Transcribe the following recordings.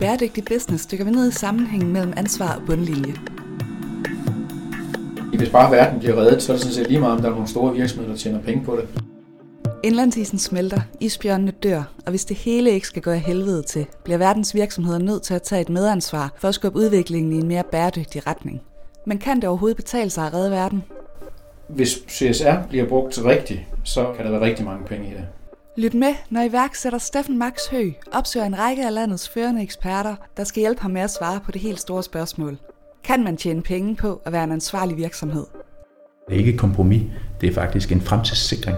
Bæredygtig business dykker vi ned i sammenhængen mellem ansvar og bundlinje. Hvis bare verden bliver reddet, så er det sådan set lige meget, om der er nogle store virksomheder, der tjener penge på det. Indlandsisen smelter, isbjørnene dør, og hvis det hele ikke skal gå af helvede til, bliver verdens virksomheder nødt til at tage et medansvar for at skubbe udviklingen i en mere bæredygtig retning. Men kan det overhovedet betale sig at redde verden? Hvis CSR bliver brugt rigtigt, så kan der være rigtig mange penge i det. Lyt med, når iværksætter Steffen Max Høeg opsøger en række af landets førende eksperter, der skal hjælpe ham med at svare på det helt store spørgsmål. Kan man tjene penge på at være en ansvarlig virksomhed? Det er ikke et kompromis, det er faktisk en fremtidssikring.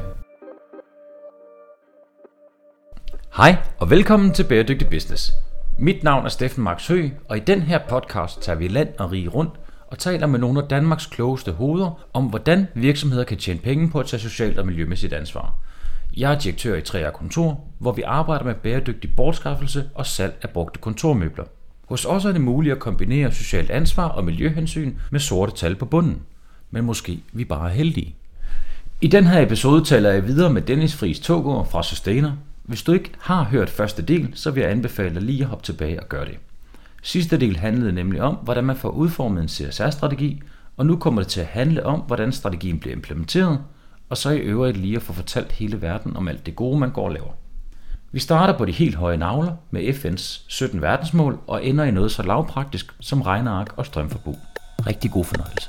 Hej og velkommen til Bæredygtig Business. Mit navn er Steffen Max Høeg, og i den her podcast tager vi land og rige rundt og taler med nogle af Danmarks klogeste hoveder om, hvordan virksomheder kan tjene penge på at tage socialt og miljømæssigt ansvar. Jeg er direktør i 3R Kontor, hvor vi arbejder med bæredygtig bortskaffelse og salg af brugte kontormøbler. Hos os er det muligt at kombinere socialt ansvar og miljøhensyn med sorte tal på bunden. Men måske vi bare er heldige. I den her episode taler jeg videre med Dennis Friis Togaard fra Sustainer. Hvis du ikke har hørt første del, så vil jeg anbefale dig lige at hoppe tilbage og gøre det. Sidste del handlede nemlig om, hvordan man får udformet en CSR-strategi, og nu kommer det til at handle om, hvordan strategien bliver implementeret, og så i øvrigt lige at få fortalt hele verden om alt det gode, man går og laver. Vi starter på de helt høje nagler med FN's 17 verdensmål og ender i noget så lavpraktisk som regneark og strømforbrug. Rigtig god fornøjelse.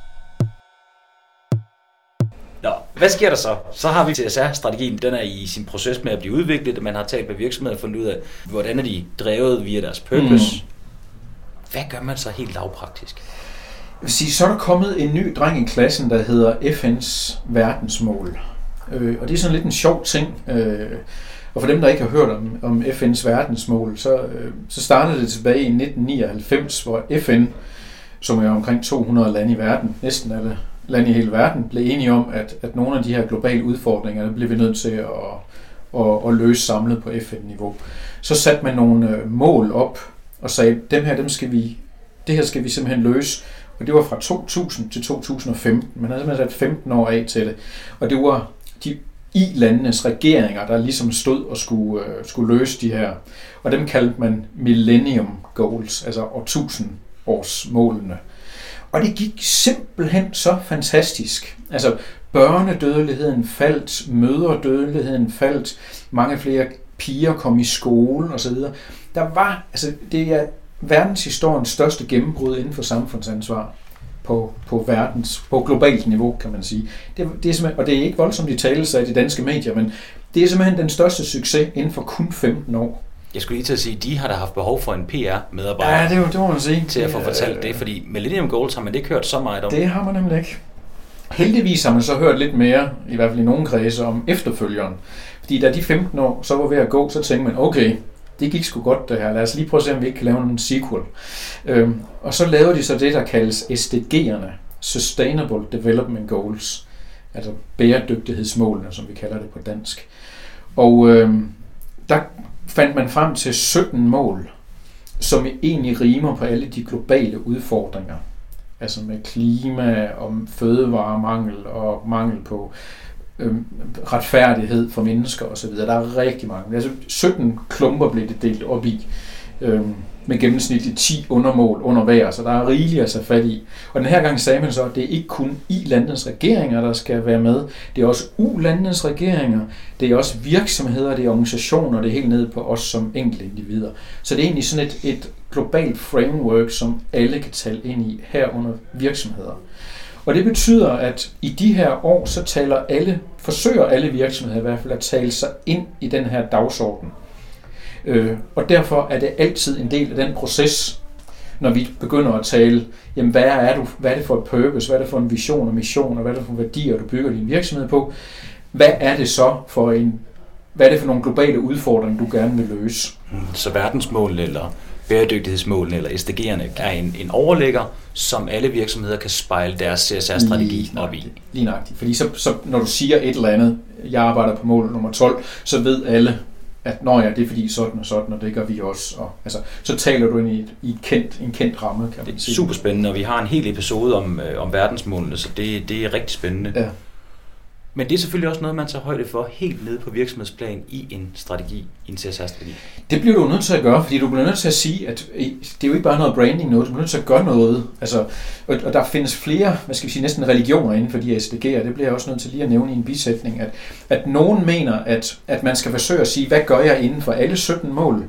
Nå, hvad sker der så? Så har vi CSR-strategien, den er i sin proces med at blive udviklet, man har talt med virksomheder og fundet ud af, hvordan er de drevet via deres purpose. Hvad gør man så helt lavpraktisk? Jeg vil sige, så er der kommet en ny dreng i klassen, der hedder FN's verdensmål. Og det er sådan lidt en sjov ting. Og for dem, der ikke har hørt om FN's verdensmål, så startede det tilbage i 1999, hvor FN, som er omkring 200 lande i verden, næsten alle lande i hele verden, blev enige om, at nogle af de her globale udfordringer, der blev vi nødt til at løse samlet på FN-niveau. Så satte man nogle mål op og sagde, det her skal vi simpelthen løse. Og det var fra 2000 til 2015. Man havde simpelthen sat 15 år af til det. Og det var de i-landenes regeringer, der ligesom stod og skulle løse de her. Og dem kaldte man Millennium Goals, altså årtusindårsmålene. Og det gik simpelthen så fantastisk. Altså børnedødeligheden faldt, mødredødeligheden faldt, mange flere piger kom i skole osv. Det er verdenshistoriens største gennembrud inden for samfundsansvar på globalt niveau, kan man sige. Det er og det er ikke voldsomt i tale af de danske medier, men det er simpelthen den største succes inden for kun 15 år. Jeg skulle lige til at sige, at de har da haft behov for en PR-medarbejder det må man sige. Til at få fortalt det, fordi Millennium Goals har man ikke hørt så meget om. Det har man nemlig ikke. Heldigvis har man så hørt lidt mere, i hvert fald i nogle kredse, om efterfølgeren. Fordi da de 15 år så var ved at gå, så tænkte man, okay, det gik sgu godt det her. Lad os lige prøve at se, om vi ikke kan lave en sequel. Og så lavede de så det, der kaldes SDG'erne, Sustainable Development Goals, altså bæredygtighedsmålene, som vi kalder det på dansk. Og der fandt man frem til 17 mål, som egentlig rimer på alle de globale udfordringer. Altså med klima, om fødevaremangel og mangel på retfærdighed for mennesker osv. Der er rigtig mange. Altså 17 klumper blev det delt op i, med gennemsnitligt 10 undermål under hver, så der er rigeligt at tage fat i. Og den her gang sagde man så, at det er ikke kun i-landenes regeringer, der skal være med. Det er også u-landenes regeringer, det er også virksomheder, det er organisationer, det er helt nede på os som enkelte individer. Så det er egentlig sådan et globalt framework, som alle kan tale ind i, herunder virksomheder. Og det betyder, at i de her år, så forsøger alle virksomheder i hvert fald at tale sig ind i den her dagsorden. Og derfor er det altid en del af den proces, når vi begynder at tale, jamen hvad er det for et purpose, hvad er det for en vision og mission, og hvad er det for værdier, du bygger din virksomhed på? Hvad er det så hvad er det for nogle globale udfordringer, du gerne vil løse? Så verdensmålene eller bæredygtighedsmålene eller SDG'erne er en overlægger, som alle virksomheder kan spejle deres CSR-strategi op i. Lige nøjagtigt. Fordi så når du siger et eller andet, jeg arbejder på mål nummer 12, så ved alle, at det er fordi sådan og sådan, og det gør vi også. Og, så taler du ind i en kendt ramme, kan man sige. Det er super spændende, og vi har en hel episode om verdensmålene, så det er rigtig spændende. Ja. Men det er selvfølgelig også noget, man tager højde for helt nede på virksomhedsplan i en strategi, i en CSR-strategi. Det bliver du nødt til at gøre, fordi du bliver nødt til at sige, at det er jo ikke bare noget branding noget, du bliver nødt til at gøre noget. Altså, og der findes flere, næsten religioner inden for de her SDG'er, det bliver jeg også nødt til lige at nævne i en bisætning, at nogen mener, at man skal forsøge at sige, hvad gør jeg inden for alle 17 mål?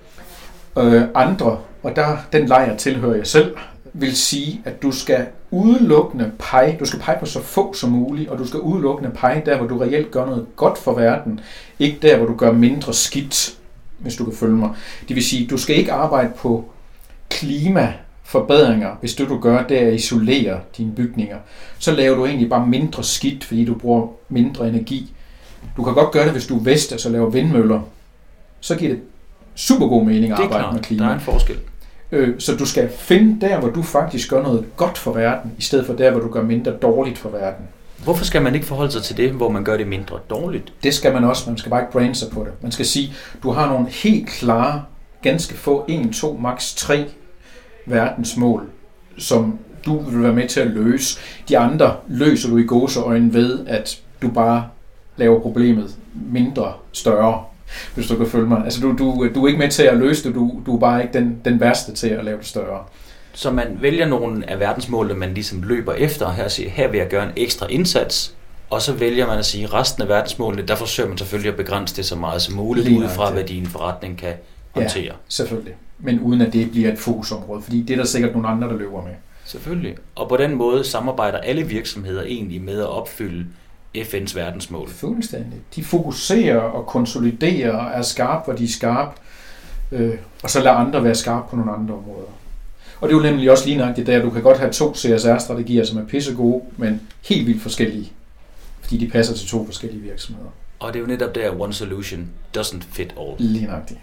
Andre, og den lejr tilhører jeg selv, vil sige, at du skal udelukkende pege på så få som muligt, og du skal udelukkende pege der, hvor du reelt gør noget godt for verden, ikke der, hvor du gør mindre skidt, hvis du kan følge mig. Det vil sige, du skal ikke arbejde på klimaforbedringer, hvis det du gør, det er at isolere dine bygninger. Så laver du egentlig bare mindre skidt, fordi du bruger mindre energi. Du kan godt gøre det, hvis du er Vestas og laver vindmøller. Så giver det super god mening at arbejde med klima. Der er en forskel. Så du skal finde der, hvor du faktisk gør noget godt for verden, i stedet for der, hvor du gør mindre dårligt for verden. Hvorfor skal man ikke forholde sig til det, hvor man gør det mindre dårligt? Det skal man også. Man skal bare ikke brande sig på det. Man skal sige, du har nogle helt klare, ganske få 1, 2, maks 3 verdensmål, som du vil være med til at løse. De andre løser du i gåseøjne ved, at du bare laver problemet mindre større, hvis du kan følge mig. Altså du er ikke med til at løse det, du er bare ikke den værste til at lave det større. Så man vælger nogle af verdensmålene, man ligesom løber efter, her vil jeg gøre en ekstra indsats, og så vælger man at sige, resten af verdensmålene, der forsøger man selvfølgelig at begrænse det så meget som muligt, ud fra hvad din forretning kan håndtere. Ja, selvfølgelig. Men uden at det bliver et fokusområde, fordi det er der sikkert nogle andre, der løber med. Selvfølgelig. Og på den måde samarbejder alle virksomheder egentlig med at opfylde FN's verdensmål. Fuldstændig. De fokuserer og konsoliderer og er skarpe, hvor de er skarpe, og så lader andre være skarpe på nogle andre områder. Og det er jo nemlig også lige nøjagtigt der, du kan godt have 2 CSR-strategier, som er pissegode, men helt vildt forskellige, fordi de passer til 2 forskellige virksomheder. Og det er jo netop der, one solution doesn't fit all. Lige nøjagtigt.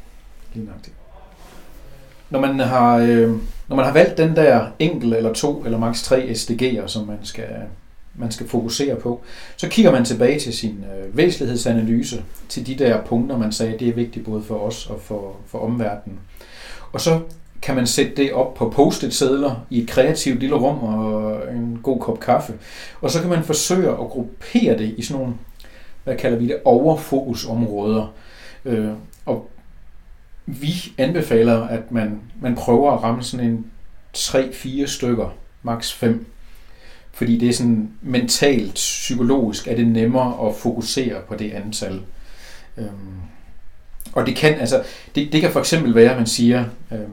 Når man har valgt den der enkelt eller 2 eller maks 3 SDG'er, som man skal fokusere på, så kigger man tilbage til sin væsentlighedsanalyse, til de der punkter, man sagde, det er vigtigt både for os og for omverdenen. Og så kan man sætte det op på post-it-sedler i et kreativt lille rum og en god kop kaffe. Og så kan man forsøge at gruppere det i sådan nogle, hvad kalder vi det, overfokusområder. Og vi anbefaler, at man prøver at ramme sådan en 3-4 stykker, maks 5. Fordi det er sådan mentalt, psykologisk, er det nemmere at fokusere på det antal. Og det kan, altså, det kan for eksempel være, at man siger,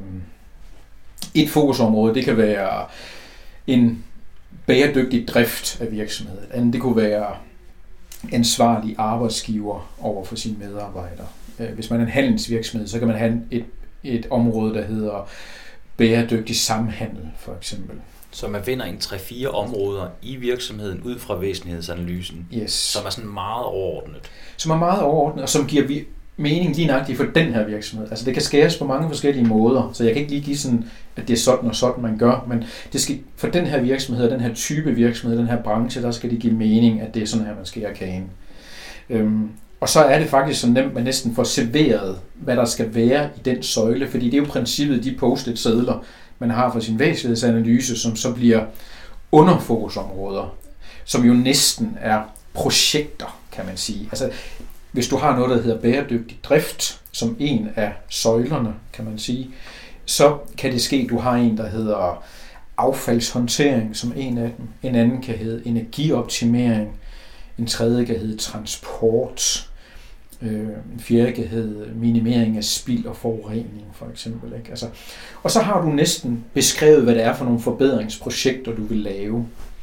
et fokusområde, det kan være en bæredygtig drift af virksomheden. Andet, det kunne være ansvarlig arbejdsgiver over for sine medarbejdere. Hvis man er en handelsvirksomhed, så kan man have et område, der hedder bæredygtig samhandel, for eksempel. Så man finder en 3-4 områder i virksomheden ud fra væsentlighedsanalysen, yes, som er sådan meget overordnet. Som er meget overordnet, og som giver mening lige nøjagtigt for den her virksomhed. Altså det kan skæres på mange forskellige måder, så jeg kan ikke lige give sådan, at det er sådan og sådan, man gør, men det skal, for den her virksomhed, den her type virksomhed, den her branche, der skal det give mening, at det er sådan her, man skærer kagen. Og så er det faktisk så nemt, man næsten får serveret, hvad der skal være i den søjle, fordi det er jo princippet, de post-it-sedler, man har for sin væsentlighedsanalyse, som så bliver underfokusområder, som jo næsten er projekter, kan man sige. Altså, hvis du har noget, der hedder bæredygtig drift, som en af søjlerne, kan man sige, så kan det ske, at du har en, der hedder affaldshåndtering, som en af dem. En anden kan hedde energioptimering. En tredje kan hedde transport. En fjerde kan hedde minimering af spild og forurening, for eksempel. Ikke? Altså, og så har du næsten beskrevet, hvad det er for nogle forbedringsprojekter, du vil lave.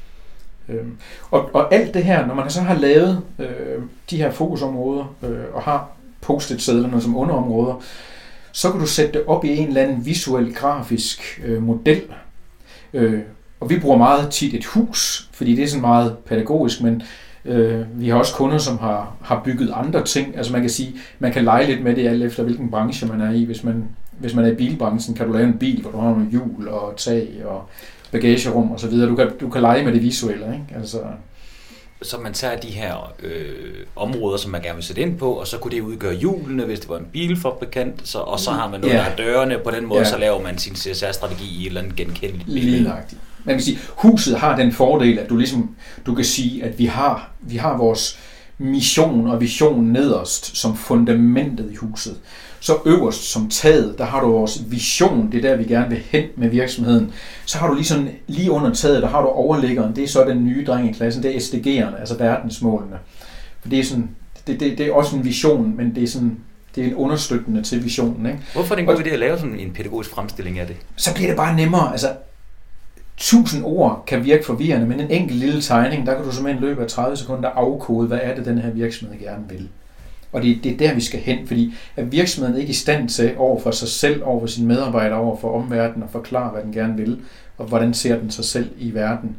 Og alt det her, når man så har lavet de her fokusområder og har post-it-sedlerne som underområder, så kan du sætte det op i en eller anden visuel, grafisk model. Og vi bruger meget tit et hus, fordi det er sådan meget pædagogisk, men vi har også kunder, som har bygget andre ting. Altså man kan sige, man kan lege lidt med det alt efter, hvilken branche man er i. Hvis man er i bilbranchen, kan du lave en bil, hvor du har nogle hjul og tag og bagagerum og så videre. Du kan lege med det visuelle, ikke? Altså, så man tager de her områder, som man gerne vil sætte ind på, og så kunne det udgøre hjulene, hvis det var en bilfabrikant, og så har man noget af dørene. På den måde, så laver man sin CSR-strategi i et eller andet genkendeligt billede. Man kan sige, huset har den fordel, at du kan sige, at vi har vores mission og vision nederst som fundamentet i huset. Så øverst som taget, der har du vores vision, det er der, vi gerne vil hen med virksomheden. Så har du lige under taget, der har du overliggeren, det er så den nye dreng i klassen, det er SDG'erne, altså verdensmålene. For det er sådan, det er også en vision, men det er en understøttende til visionen. Ikke? Hvorfor er det en god idé at lave sådan en pædagogisk fremstilling af det? Så bliver det bare nemmere. Altså, 1000 ord kan virke forvirrende, men en enkelt lille tegning, der kan du simpelthen løbe af 30 sekunder afkode, hvad er det, den her virksomhed gerne vil. Og det er der, vi skal hen, fordi at virksomheden ikke er i stand til over for sig selv, over for sine medarbejdere, over for omverdenen at forklare, hvad den gerne vil, og hvordan ser den sig selv i verden,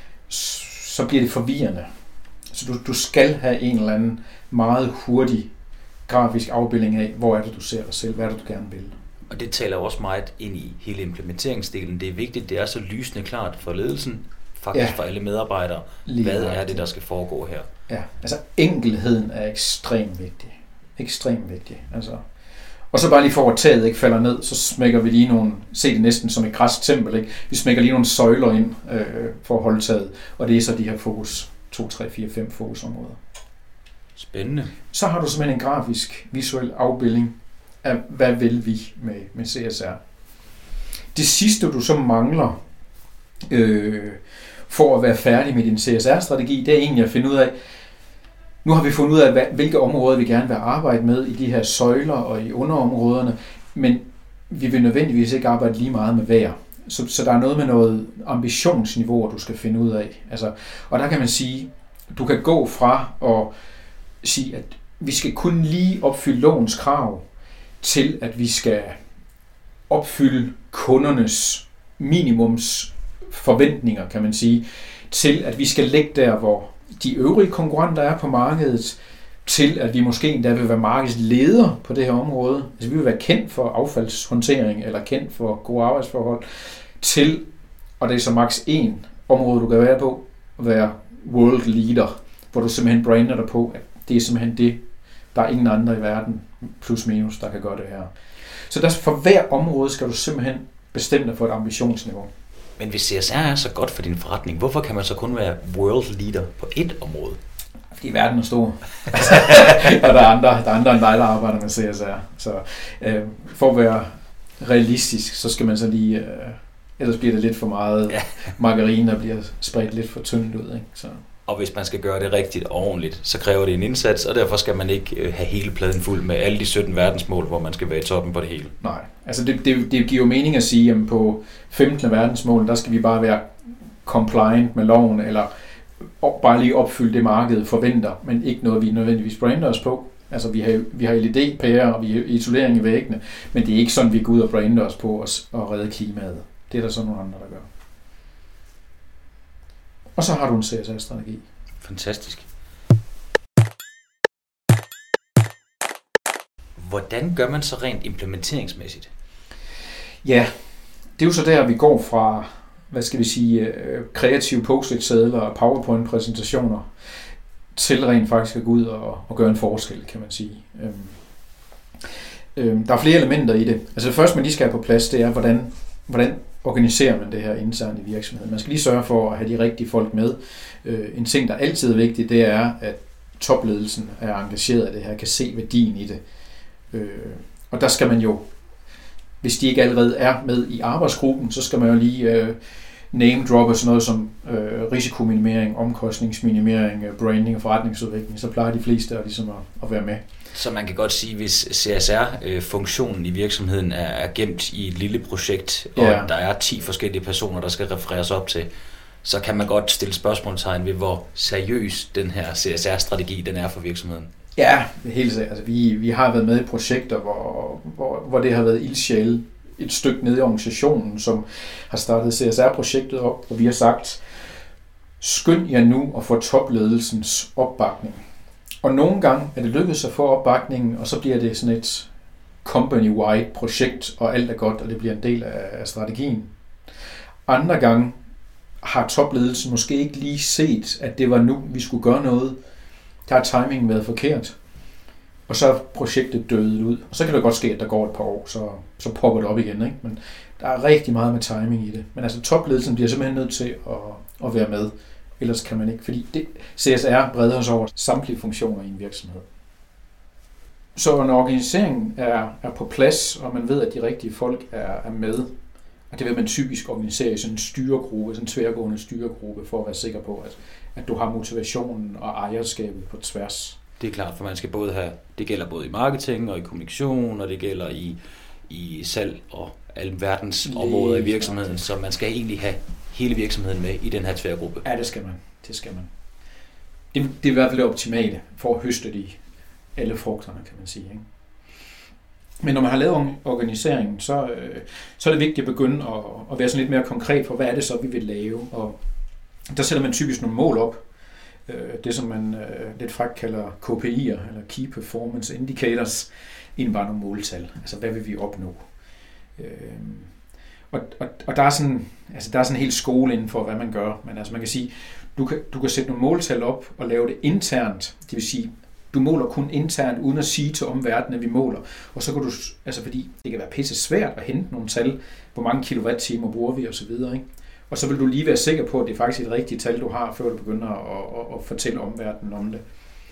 så bliver det forvirrende. Så du skal have en eller anden meget hurtig grafisk afbildning af, hvor er det, du ser dig selv, hvad er det, du gerne vil. Og det taler også meget ind i hele implementeringsdelen. Det er vigtigt, det er så lysende klart for ledelsen, faktisk for alle medarbejdere. Hvad er det, der skal foregå her? Ja, altså enkelheden er ekstremt vigtig. Ekstremt vigtig. Altså. Og så bare lige for at taget ikke falder ned, så smækker vi lige nogle, se det næsten som et græsk tempel, ikke? Vi smækker lige nogle søjler ind for at holde taget, og det er så de her fokus, 2, 3, 4, 5 fokusområder. Spændende. Så har du simpelthen en grafisk, visuel afbildning af, hvad vil vi med CSR. Det sidste, du så mangler for at være færdig med din CSR-strategi, det er egentlig at finde ud af, nu har vi fundet ud af, hvilke områder vi gerne vil arbejde med i de her søjler og i underområderne, men vi vil nødvendigvis ikke arbejde lige meget med hver. Så der er noget med noget ambitionsniveau, du skal finde ud af. Altså, og der kan man sige, du kan gå fra at sige, at vi skal kun lige opfylde lovens krav, til at vi skal opfylde kundernes minimums forventninger, kan man sige, til at vi skal ligge der, hvor de øvrige konkurrenter er på markedet, til at vi måske endda vil være markedsleder på det her område. Altså vi vil være kendt for affaldshåndtering, eller kendt for gode arbejdsforhold, til, og det er så maks 1 område, du kan være på, at være world leader, hvor du simpelthen brander dig på, at det er simpelthen det, der er ingen andre i verden, plus minus, der kan gøre det her. Så for hver område skal du simpelthen bestemme dig for et ambitionsniveau. Men hvis CSR er så godt for din forretning, hvorfor kan man så kun være world leader på ét område? Fordi verden er stor. Og der er andre end dig, der arbejder med CSR. Så for at være realistisk, så skal man så lige... ellers bliver det lidt for meget margarine, der bliver spredt lidt for tyndt ud. Ikke? Så. Og hvis man skal gøre det rigtigt og ordentligt, så kræver det en indsats, og derfor skal man ikke have hele pladen fuld med alle de 17 verdensmål, hvor man skal være i toppen på det hele. Nej, altså det giver jo mening at sige, at på 15. verdensmål, der skal vi bare være compliant med loven, eller bare lige opfylde det markedet forventer, men ikke noget, vi nødvendigvis brander os på. Altså vi har LED-pærer, og vi har isolering i væggene, men det er ikke sådan, vi går ud og brander os på at redde klimaet. Det er der så nogle andre, der gør. Og så har du en CSR-strategi. Fantastisk. Hvordan gør man så rent implementeringsmæssigt? Ja, det er jo så der, vi går fra, kreative post-it-sedler og PowerPoint-præsentationer til rent faktisk at gå ud og gøre en forskel, kan man sige. Der er flere elementer i det. Altså det første, man lige skal have på plads, det er, hvordan organiserer man det her internt i virksomheden. Man skal lige sørge for at have de rigtige folk med. En ting, der altid er vigtig, det er, at topledelsen er engageret i det her, kan se værdien i det. Og der skal man jo, hvis de ikke allerede er med i arbejdsgruppen, så skal man jo lige name-droppe sådan noget som risikominimering, omkostningsminimering, branding og forretningsudvikling. Så plejer de fleste ligesom at være med. Så man kan godt sige, hvis CSR-funktionen i virksomheden er gemt i et lille projekt, og der er 10 forskellige personer, der skal refereres op til, så kan man godt stille spørgsmålstegn ved, hvor seriøs den her CSR-strategi den er for virksomheden. Ja, helt sikkert. Altså, vi har været med i projekter, hvor det har været ildsjæle et stykke nede i organisationen, som har startet CSR-projektet op, og vi har sagt, skynd jer nu at få topledelsens opbakning. Og nogle gange er det lykkedes at få opbakningen, og så bliver det sådan et company-wide projekt, og alt er godt, og det bliver en del af strategien. Andre gange har topledelsen måske ikke lige set, at det var nu, vi skulle gøre noget. Der har timingen været forkert. og så er projektet dødet ud. Og så kan det godt ske, at der går et par år, så popper det op igen. Ikke? Men der er rigtig meget med timing i det. Men altså topledelsen bliver simpelthen nødt til at være med. Ellers kan man ikke, fordi CSR breder sig over samtlige funktioner i en virksomhed. Så når organiseringen er på plads, og man ved, at de rigtige folk er med, og det vil man typisk organisere i sådan en styregruppe, sådan en tværgående styregruppe, for at være sikker på, at du har motivationen og ejerskabet på tværs. Det er klart, for man skal både have, det gælder både i marketing og i kommunikation, og det gælder i salg og alle verdens områder i virksomheden, så man skal egentlig have hele virksomheden med i den her tværgruppe. Ja, det skal man. Det er i hvert fald det optimale for at høste de alle frugterne, kan man sige. Ikke? Men når man har lavet organiseringen, så er det vigtigt at begynde at være sådan lidt mere konkret for, hvad er det så, vi vil lave. Og der sætter man typisk nogle mål op. Det, som man lidt frækt kalder KPI'er, eller Key Performance Indicators, inden bare nogle måltal. Altså, hvad vil vi opnå? Og der er sådan en hel skole inden for, hvad man gør. Men altså, man kan sige, du kan sætte nogle måltal op og lave det internt. Det vil sige, du måler kun internt, uden at sige til omverdenen, at vi måler. Og så kan du, altså fordi det kan være pisse svært at hente nogle tal, hvor mange kilowatt-timer bruger vi osv., ikke? Og så vil du lige være sikker på, at det er faktisk et rigtigt tal, du har, før du begynder at fortælle omverdenen om det.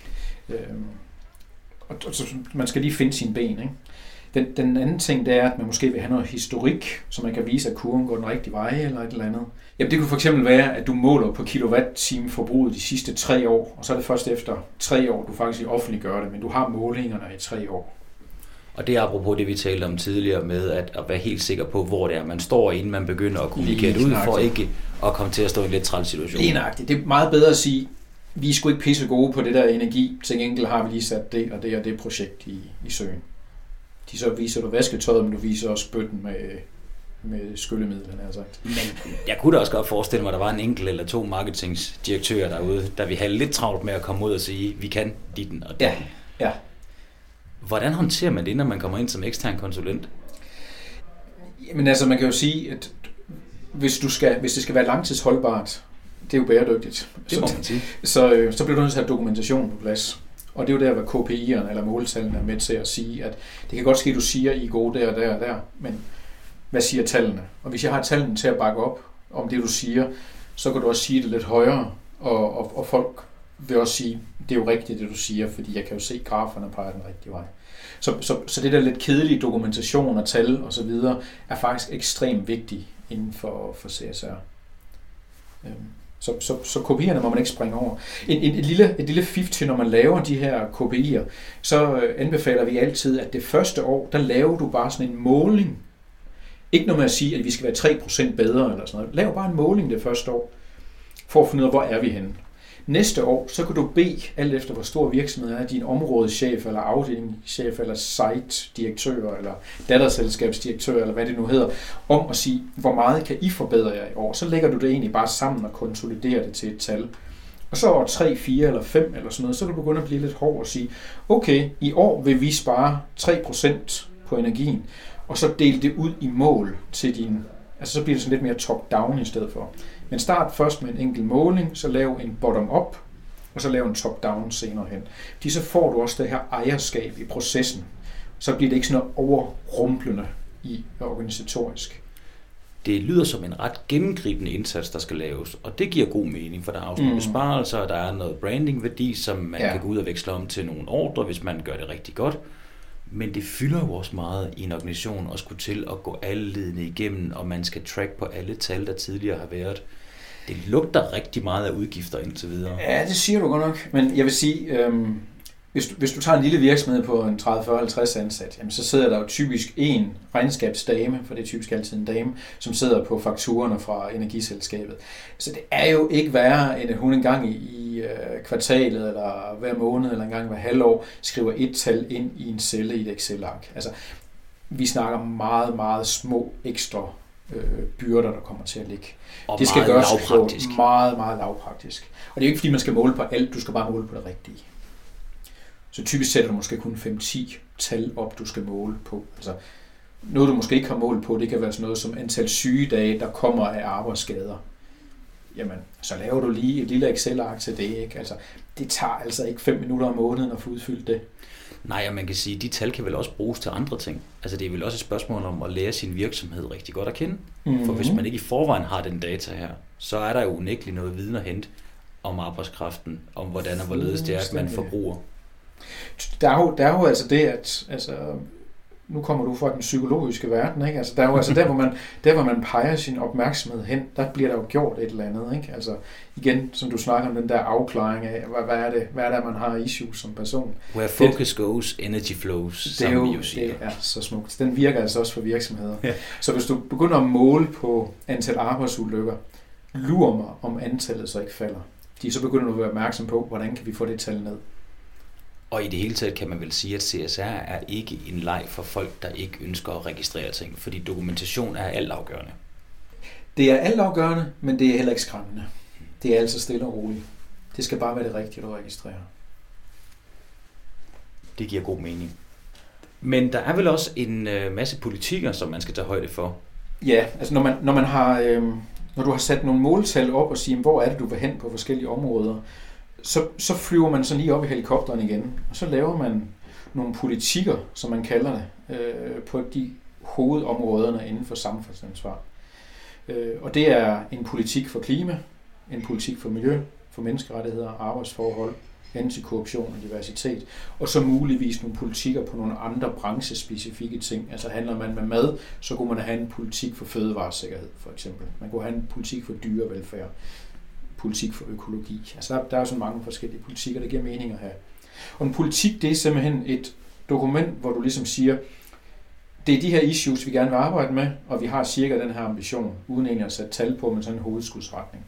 Og så man skal lige finde sine ben, ikke? Den anden ting, det er, at man måske vil have noget historik, så man kan vise, at kurven går den rigtige vej eller et eller andet. Jamen, det kunne for eksempel være, at du måler på kilowatt-time forbruget de sidste 3 år, og så er det først efter 3 år, du faktisk offentliggør det, men du har målingerne i 3 år. Og det er apropos det, vi talte om tidligere med at være helt sikker på, hvor det er, man står, inden man begynder at kommunikere ud, for ikke at komme til at stå i en lidt træls situation. Lige nøjagtigt. Det er meget bedre at sige, vi er sgu ikke pisse gode på det der energi, til gengæld har vi lige sat det og det projekt i søen. De så viser du vasketøjet, men du viser også bøtten med skyllemidlerne, altså. Men jeg kunne da også godt forestille mig, at der var en enkelt eller 2 marketingdirektører derude, der vi havde lidt travlt med at komme ud og sige, vi kan ditten og datten. Ja. Hvordan håndterer man det, når man kommer ind som ekstern konsulent? Jamen altså, man kan jo sige, at hvis det skal være langtidsholdbart, det er jo bæredygtigt. Det må man sige. Så bliver du nødt til at have dokumentation på plads. Og det er jo der, hvad KPI'erne eller måltallene er med til at sige, at det kan godt ske, at du siger, at I er gode der og der og der, men hvad siger tallene? Og hvis jeg har tallene til at bakke op om det, du siger, så kan du også sige det lidt højere, og folk vil også sige, det er jo rigtigt, det du siger, fordi jeg kan jo se, at graferne peger den rigtige vej. Så det der lidt kedelige dokumentation og tal og så videre, er faktisk ekstremt vigtigt inden for CSR. Så KPI'erne må man ikke springe over. Et lille fif til, når man laver de her KPI'er, så anbefaler vi altid, at det første år, der laver du bare sådan en måling. Ikke noget med at sige, at vi skal være 3% bedre eller sådan noget. Lav bare en måling det første år, for at finde ud af, hvor er vi henne. Næste år, så kan du bede, alt efter hvor stor virksomhed er, din områdeschef, eller afdelingschef, eller site-direktør, eller datterselskabsdirektør, eller hvad det nu hedder, om at sige, hvor meget kan I forbedre jer i år. Så lægger du det egentlig bare sammen og konsoliderer det til et tal. Og så over 3, 4 eller 5 eller sådan noget, så kan du begynde at blive lidt hård og sige, okay, i år vil vi spare 3% på energien, og så dele det ud i mål til din, altså så bliver det sådan lidt mere top-down i stedet for. Men start først med en enkelt måling, så lav en bottom-up, og så lav en top-down senere hen. Fordi så får du også det her ejerskab i processen. Så bliver det ikke sådan noget overrumplende i organisatorisk. Det lyder som en ret gennemgribende indsats, der skal laves, og det giver god mening, for der er også nogle besparelser, og der er noget brandingværdi, som man kan gå ud og veksle om til nogle ordre, hvis man gør det rigtig godt. Men det fylder jo også meget i en organisation at skulle til at gå alle ledene igennem, og man skal track på alle tal, der tidligere har været. Det lugter rigtig meget af udgifter indtil videre. Ja, det siger du godt nok. Men jeg vil sige, hvis du tager en lille virksomhed på en 30, 40, 50 ansat, jamen, så sidder der jo typisk en regnskabsdame, for det er typisk altid en dame, som sidder på fakturerne fra energiselskabet. Så det er jo ikke værre, end at hun en gang i kvartalet, eller hver måned, eller en gang hver halvår, skriver et tal ind i en celle i et Excel-ark. Altså, vi snakker meget, meget små ekstra byrder, der kommer til at ligge. Og det skal gøres lavpraktisk. Meget, meget lavpraktisk. Og det er jo ikke, fordi man skal måle på alt, du skal bare måle på det rigtige. Så typisk sætter du måske kun 5-10 tal op, du skal måle på. Altså, noget, du måske ikke har målt på, det kan være sådan noget som antal sygedage, der kommer af arbejdsskader. Jamen, så laver du lige et lille Excel-ark til det, ikke? Altså, det tager altså ikke 5 minutter om måneden at få udfyldt det. Nej, og man kan sige, at de tal kan vel også bruges til andre ting. Altså det er vel også et spørgsmål om at lære sin virksomhed rigtig godt at kende. Mm-hmm. For hvis man ikke i forvejen har den data her, så er der jo unægteligt noget viden at hente om arbejdskraften, om hvordan og hvorledes det er, at man forbruger. Der er jo altså det, at nu kommer du fra den psykologiske verden, ikke? Altså der er jo altså der, hvor man peger sin opmærksomhed hen, der bliver der jo gjort et eller andet, ikke? Altså igen, som du snakker om den der afklaring af, hvad er det, man har issues som person. Where focus goes, energy flows, som vi jo siger. Det er så smukt. Den virker altså også for virksomheder. Ja. Så hvis du begynder at måle på antal arbejdsulykker, lurer mig, om antallet så ikke falder. Så begynder du at være opmærksom på, hvordan kan vi få det tal ned. Og i det hele taget kan man vel sige, at CSR er ikke en leg for folk, der ikke ønsker at registrere ting, fordi dokumentation er altafgørende. Det er altafgørende, men det er heller ikke skræmmende. Det er altså stille og roligt. Det skal bare være det rigtige, du registrerer. Det giver god mening. Men der er vel også en masse politikker, som man skal tage højde for. Ja, altså når du har sat nogle måltal op og siger, hvor er det, du vil hen på forskellige områder, så flyver man så lige op i helikopteren igen, og så laver man nogle politikker, som man kalder det, på de hovedområderne inden for samfundsansvar. Og det er en politik for klima, en politik for miljø, for menneskerettigheder, arbejdsforhold, antikorruption og diversitet, og så muligvis nogle politikker på nogle andre branchespecifikke ting. Altså handler man med mad, så kunne man have en politik for fødevaresikkerhed, for eksempel. Man kunne have en politik for dyrevelfærd, politik for økologi. Altså der er så mange forskellige politikker, der giver mening at have. Og en politik, det er simpelthen et dokument, hvor du ligesom siger, det er de her issues, vi gerne vil arbejde med, og vi har cirka den her ambition, uden egentlig at sætte tal på med sådan en hovedskudsretning.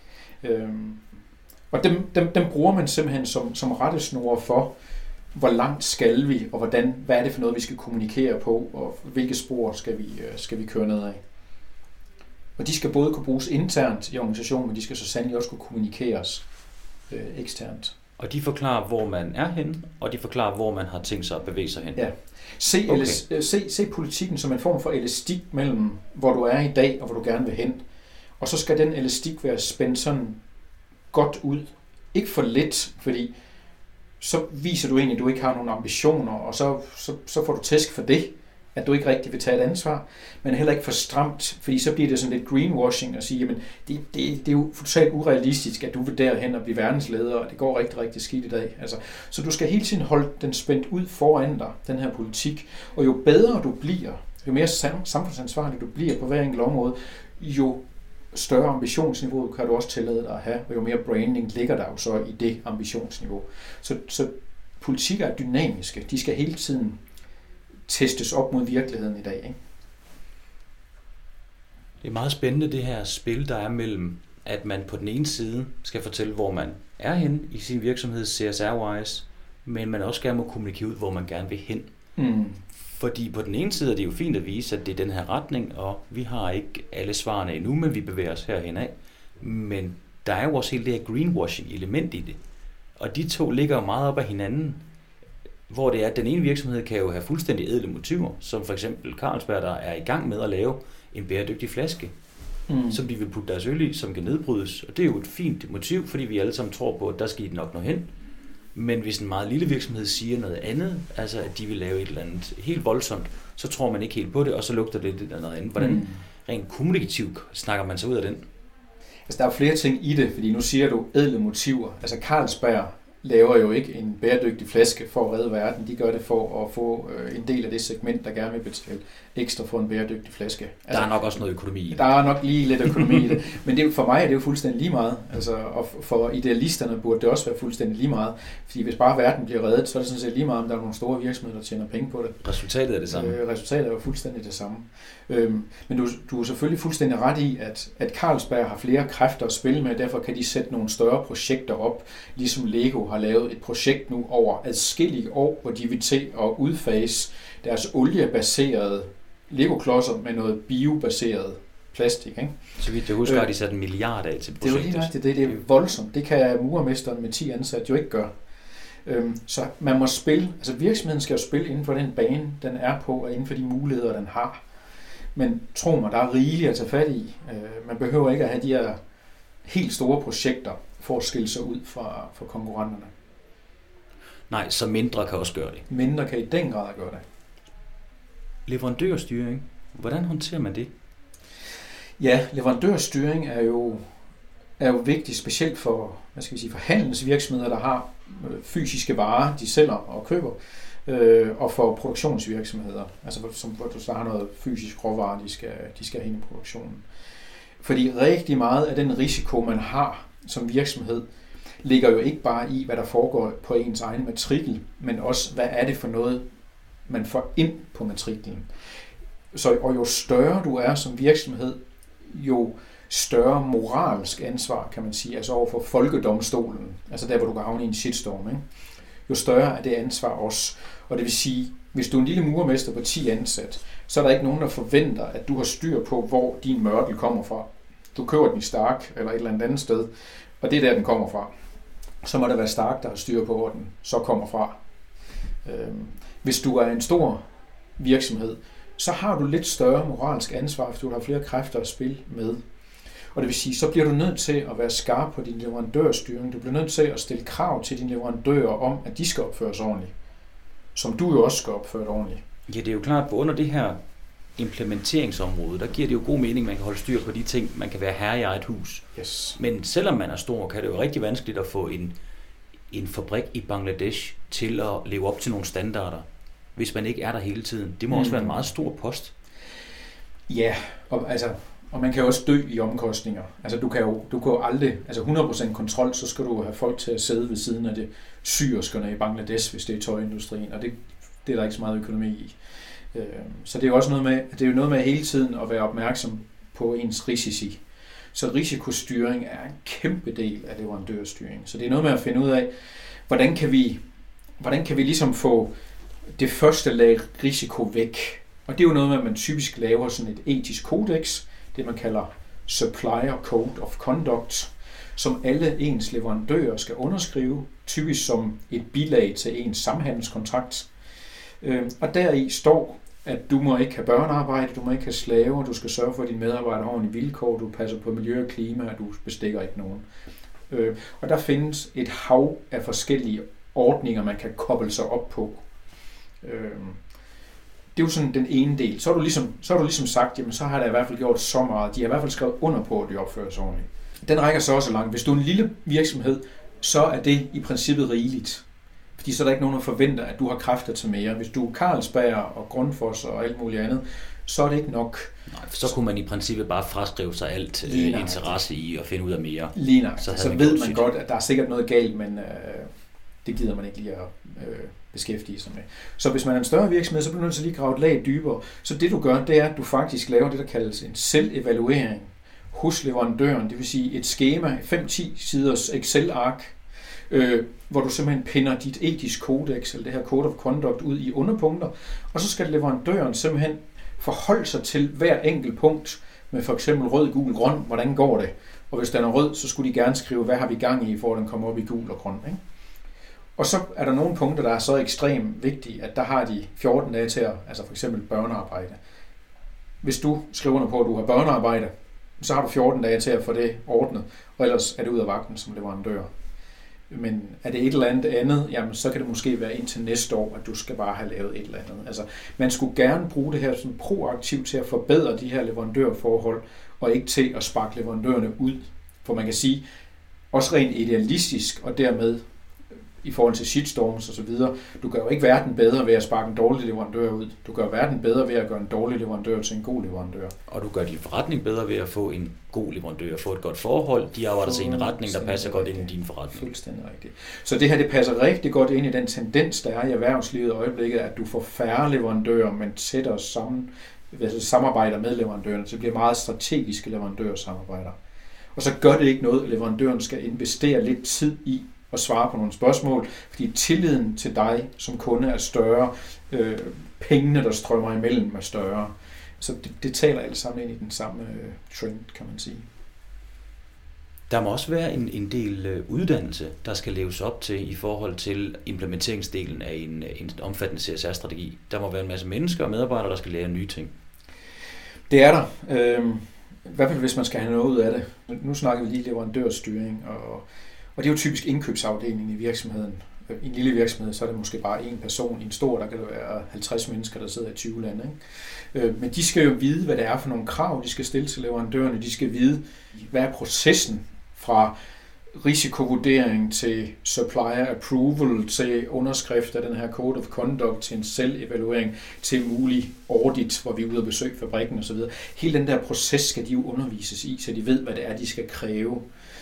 Og dem bruger man simpelthen som rettesnore for, hvor langt skal vi, og hvad er det for noget, vi skal kommunikere på, og hvilke spor skal vi køre ned af. Og de skal både kunne bruges internt i organisationen, men de skal så sandelig også kunne kommunikeres eksternt. Og de forklarer, hvor man er henne, og de forklarer, hvor man har tænkt sig at bevæge sig hen. Ja. Se politikken som en form for elastik mellem, hvor du er i dag, og hvor du gerne vil hen. Og så skal den elastik være spændt sådan godt ud. Ikke for lidt, fordi så viser du egentlig, at du ikke har nogen ambitioner, og så får du tæsk for det, at du ikke rigtig vil tage et ansvar, men heller ikke for stramt, fordi så bliver det sådan lidt greenwashing at sige, jamen det er jo totalt urealistisk, at du vil derhen og blive verdensleder, og det går rigtig, rigtig skidt i dag. Altså, så du skal hele tiden holde den spændt ud foran dig, den her politik, og jo bedre du bliver, jo mere samfundsansvarlig du bliver på hver enkelt område, jo større ambitionsniveau kan du også tillade dig at have, og jo mere branding ligger der jo så i det ambitionsniveau. Så politikker er dynamiske, de skal hele tiden testes op mod virkeligheden i dag. Ikke? Det er meget spændende det her spil, der er mellem, at man på den ene side skal fortælle, hvor man er henne i sin virksomhed CSR-wise, men man også gerne må kommunikere ud, hvor man gerne vil hen. Mm. Fordi på den ene side er det jo fint at vise, at det er den her retning, og vi har ikke alle svarene endnu, men vi bevæger os herhen af. Men der er jo også hele det her greenwashing-element i det. Og de to ligger jo meget op ad hinanden, hvor det er, at den ene virksomhed kan jo have fuldstændig ædle motiver, som for eksempel Carlsberg, der er i gang med at lave en bæredygtig flaske, som de vil putte deres øl i, som kan nedbrydes. Og det er jo et fint motiv, fordi vi alle sammen tror på, at der skal de nok nå hen. Men hvis en meget lille virksomhed siger noget andet, altså at de vil lave et eller andet helt voldsomt, så tror man ikke helt på det, og så lugter det lidt af noget andet. Hvordan rent kommunikativt snakker man sig ud af den? Altså der er flere ting i det, fordi nu siger du ædle motiver. Altså Carlsberg laver jo ikke en bæredygtig flaske for at redde verden. De gør det for at få en del af det segment, der gerne vil betale ekstra for en bæredygtig flaske. Altså, der er nok også noget økonomi i det. Der er nok lige lidt økonomi i det. Men det, for mig er det jo fuldstændig lige meget. Altså, og for idealisterne burde det også være fuldstændig lige meget. Fordi hvis bare verden bliver reddet, så er det sådan set lige meget, om der er nogle store virksomheder, der tjener penge på det. Resultatet er det samme. Resultatet er jo fuldstændig det samme. Men du er selvfølgelig fuldstændig ret i, at Carlsberg har flere kræfter at spille med, derfor kan de sætte nogle større projekter op, ligesom Lego har lavet et projekt nu over adskillige år, hvor de vil til at udfase deres oliebaserede Lego-klodser med noget biobaseret plastik. Ikke? Så vidt jeg husker, har de sat 1 milliard af til projektet. Det er jo lige rigtigt, det er voldsomt. Det kan murermesteren med 10 ansatte jo ikke gøre. Så man må spille, altså virksomheden skal jo spille inden for den bane, den er på, og inden for de muligheder, den har. Men tro mig, der er rigeligt at tage fat i. Man behøver ikke at have de her helt store projekter for at skille sig ud fra konkurrenterne. Nej, så mindre kan også gøre det. Mindre kan i den grad gøre det. Leverandørstyring, hvordan håndterer man det? Ja, leverandørstyring er jo vigtigt, specielt for, for handelsvirksomheder, der har fysiske varer, de sælger og køber, og for produktionsvirksomheder, altså hvor du så har noget fysisk råvarer, de skal have ind i produktionen. Fordi rigtig meget af den risiko, man har som virksomhed, ligger jo ikke bare i, hvad der foregår på ens egen matrikel, men også, hvad er det for noget, man får ind på matriklen. Og jo større du er som virksomhed, jo større moralsk ansvar, kan man sige, altså over for folkedomstolen, altså der, hvor du kan havne i en shitstorm, ikke? Jo større er det ansvar også. Og det vil sige, hvis du er en lille murermester på 10 ansat, så er der ikke nogen, der forventer, at du har styr på, hvor din mørtel kommer fra. Du køber den i Stark eller et eller andet sted, og det er der, den kommer fra. Så må det være Stark, der har styr på, hvor den så kommer fra. Hvis du er en stor virksomhed, så har du lidt større moralsk ansvar, fordi du har flere kræfter at spille med. Og det vil sige, så bliver du nødt til at være skarp på din leverandørstyring. Du bliver nødt til at stille krav til dine leverandører om, at de skal opføres ordentligt. Som du jo også skal opføre ordentligt. Ja, det er jo klart, at under det her implementeringsområde, der giver det jo god mening, at man kan holde styr på de ting, man kan være herre i eget hus. Yes. Men selvom man er stor, kan det jo rigtig vanskeligt at få en fabrik i Bangladesh til at leve op til nogle standarder, hvis man ikke er der hele tiden. Det må også være en meget stor post. Ja, og man kan jo også dø i omkostninger. Altså du kan jo aldrig, 100% kontrol, så skal du have folk til at sidde ved siden af det syerskerne i Bangladesh, hvis det er tøjindustrien, og det er der ikke så meget økonomi i. Så det er jo også noget med hele tiden at være opmærksom på ens risici. Så risikostyring er en kæmpe del af leverandørstyring. Så det er noget med at finde ud af, hvordan kan vi ligesom få det første lag risiko væk. Og det er jo noget med, at man typisk laver sådan et etisk kodex, det man kalder Supplier Code of Conduct, som alle ens leverandører skal underskrive, typisk som et bilag til ens samhandelskontrakt. Og deri står, at du må ikke have børnearbejde, du må ikke have slaver, du skal sørge for, at dine medarbejdere har ordentlige vilkår, du passer på miljø og klima, og du bestikker ikke nogen. Og der findes et hav af forskellige ordninger, man kan koble sig op på. Det er jo sådan den ene del. Så har du ligesom sagt, jamen så har der i hvert fald gjort så meget. De har i hvert fald skrevet under på, at de opfører sig ordentligt. Den rækker så også langt. Hvis du er en lille virksomhed, så er det i princippet rigeligt. Fordi så er der ikke nogen, der forventer, at du har kræfter til mere. Hvis du er Carlsberg og Grundfos og alt muligt andet, så er det ikke nok. Nej, så kunne man i princippet bare fraskrive sig alt interesse i at finde ud af mere. Lige nok. Så ved man godt, at der er sikkert noget galt, men det gider man ikke lige at beskæftige sig med. Så hvis man er en større virksomhed, så bliver du nødt til lige at grave et lag dybere. Så det du gør, det er, at du faktisk laver det, der kaldes en selvevaluering hos leverandøren. Det vil sige et skema, 5-10 siders Excel-ark, hvor du simpelthen pinder dit etisk kodex, eller det her Code of Conduct, ud i underpunkter, og så skal leverandøren simpelthen forholde sig til hver enkelt punkt, med for eksempel rød, gul, grøn, hvordan går det? Og hvis den er rød, så skulle de gerne skrive, hvad har vi gang i, for at den kommer op i gul og grøn, ikke? Og så er der nogle punkter, der er så ekstremt vigtige, at der har de 14 dage til at, altså for eksempel børnearbejde. Hvis du skriver under på, at du har børnearbejde, så har du 14 dage til at få det ordnet, og ellers er det ud af vagten som leverandør. Men er det et eller andet, jamen så kan det måske være indtil næste år, at du skal bare have lavet et eller andet. Altså, man skulle gerne bruge det her sådan proaktivt til at forbedre de her leverandørforhold, og ikke til at sparke leverandørerne ud. For man kan sige, også rent idealistisk, og dermed i forhold til shitstorms og så videre, du gør jo ikke verden bedre ved at sparke en dårlig leverandør ud. Du gør verden bedre ved at gøre en dårlig leverandør til en god leverandør. Og du gør din forretning bedre ved at få en god leverandør, få et godt forhold. De arbejder sig i en retning, der passer godt ind i din forretning. Fuldstændig rigtigt. Så det her, det passer rigtig godt ind i den tendens, der er i erhvervslivet i øjeblikket, at du får færre leverandører, men tættere sammen, samarbejder med leverandørerne, så det bliver meget strategiske leverandørsamarbejder. Og så gør det ikke noget, at leverandøren skal investere lidt tid i og svare på nogle spørgsmål, fordi tilliden til dig som kunde er større, pengene, der strømmer imellem, er større. Så det taler alle sammen ind i den samme trend, kan man sige. Der må også være en del uddannelse, der skal leves op til i forhold til implementeringsdelen af en omfattende CSR-strategi. Der må være en masse mennesker og medarbejdere, der skal lære nye ting. Det er der. I hvert fald hvis man skal have noget ud af det. Nu snakker vi lige leverandørstyring, og det er jo typisk indkøbsafdelingen i virksomheden. I en lille virksomhed, så er det måske bare en person. I en stor, der kan det være 50 mennesker, der sidder i 20 lande. Ikke? Men de skal jo vide, hvad det er for nogle krav, de skal stille til leverandørerne. De skal vide, hvad er processen fra risikovurdering til supplier approval, til underskrift af den her code of conduct, til en selvevaluering, til mulig audit, hvor vi er ude og besøge fabrikken osv. Hele den der proces skal de jo undervises i, så de ved, hvad det er, de skal kræve.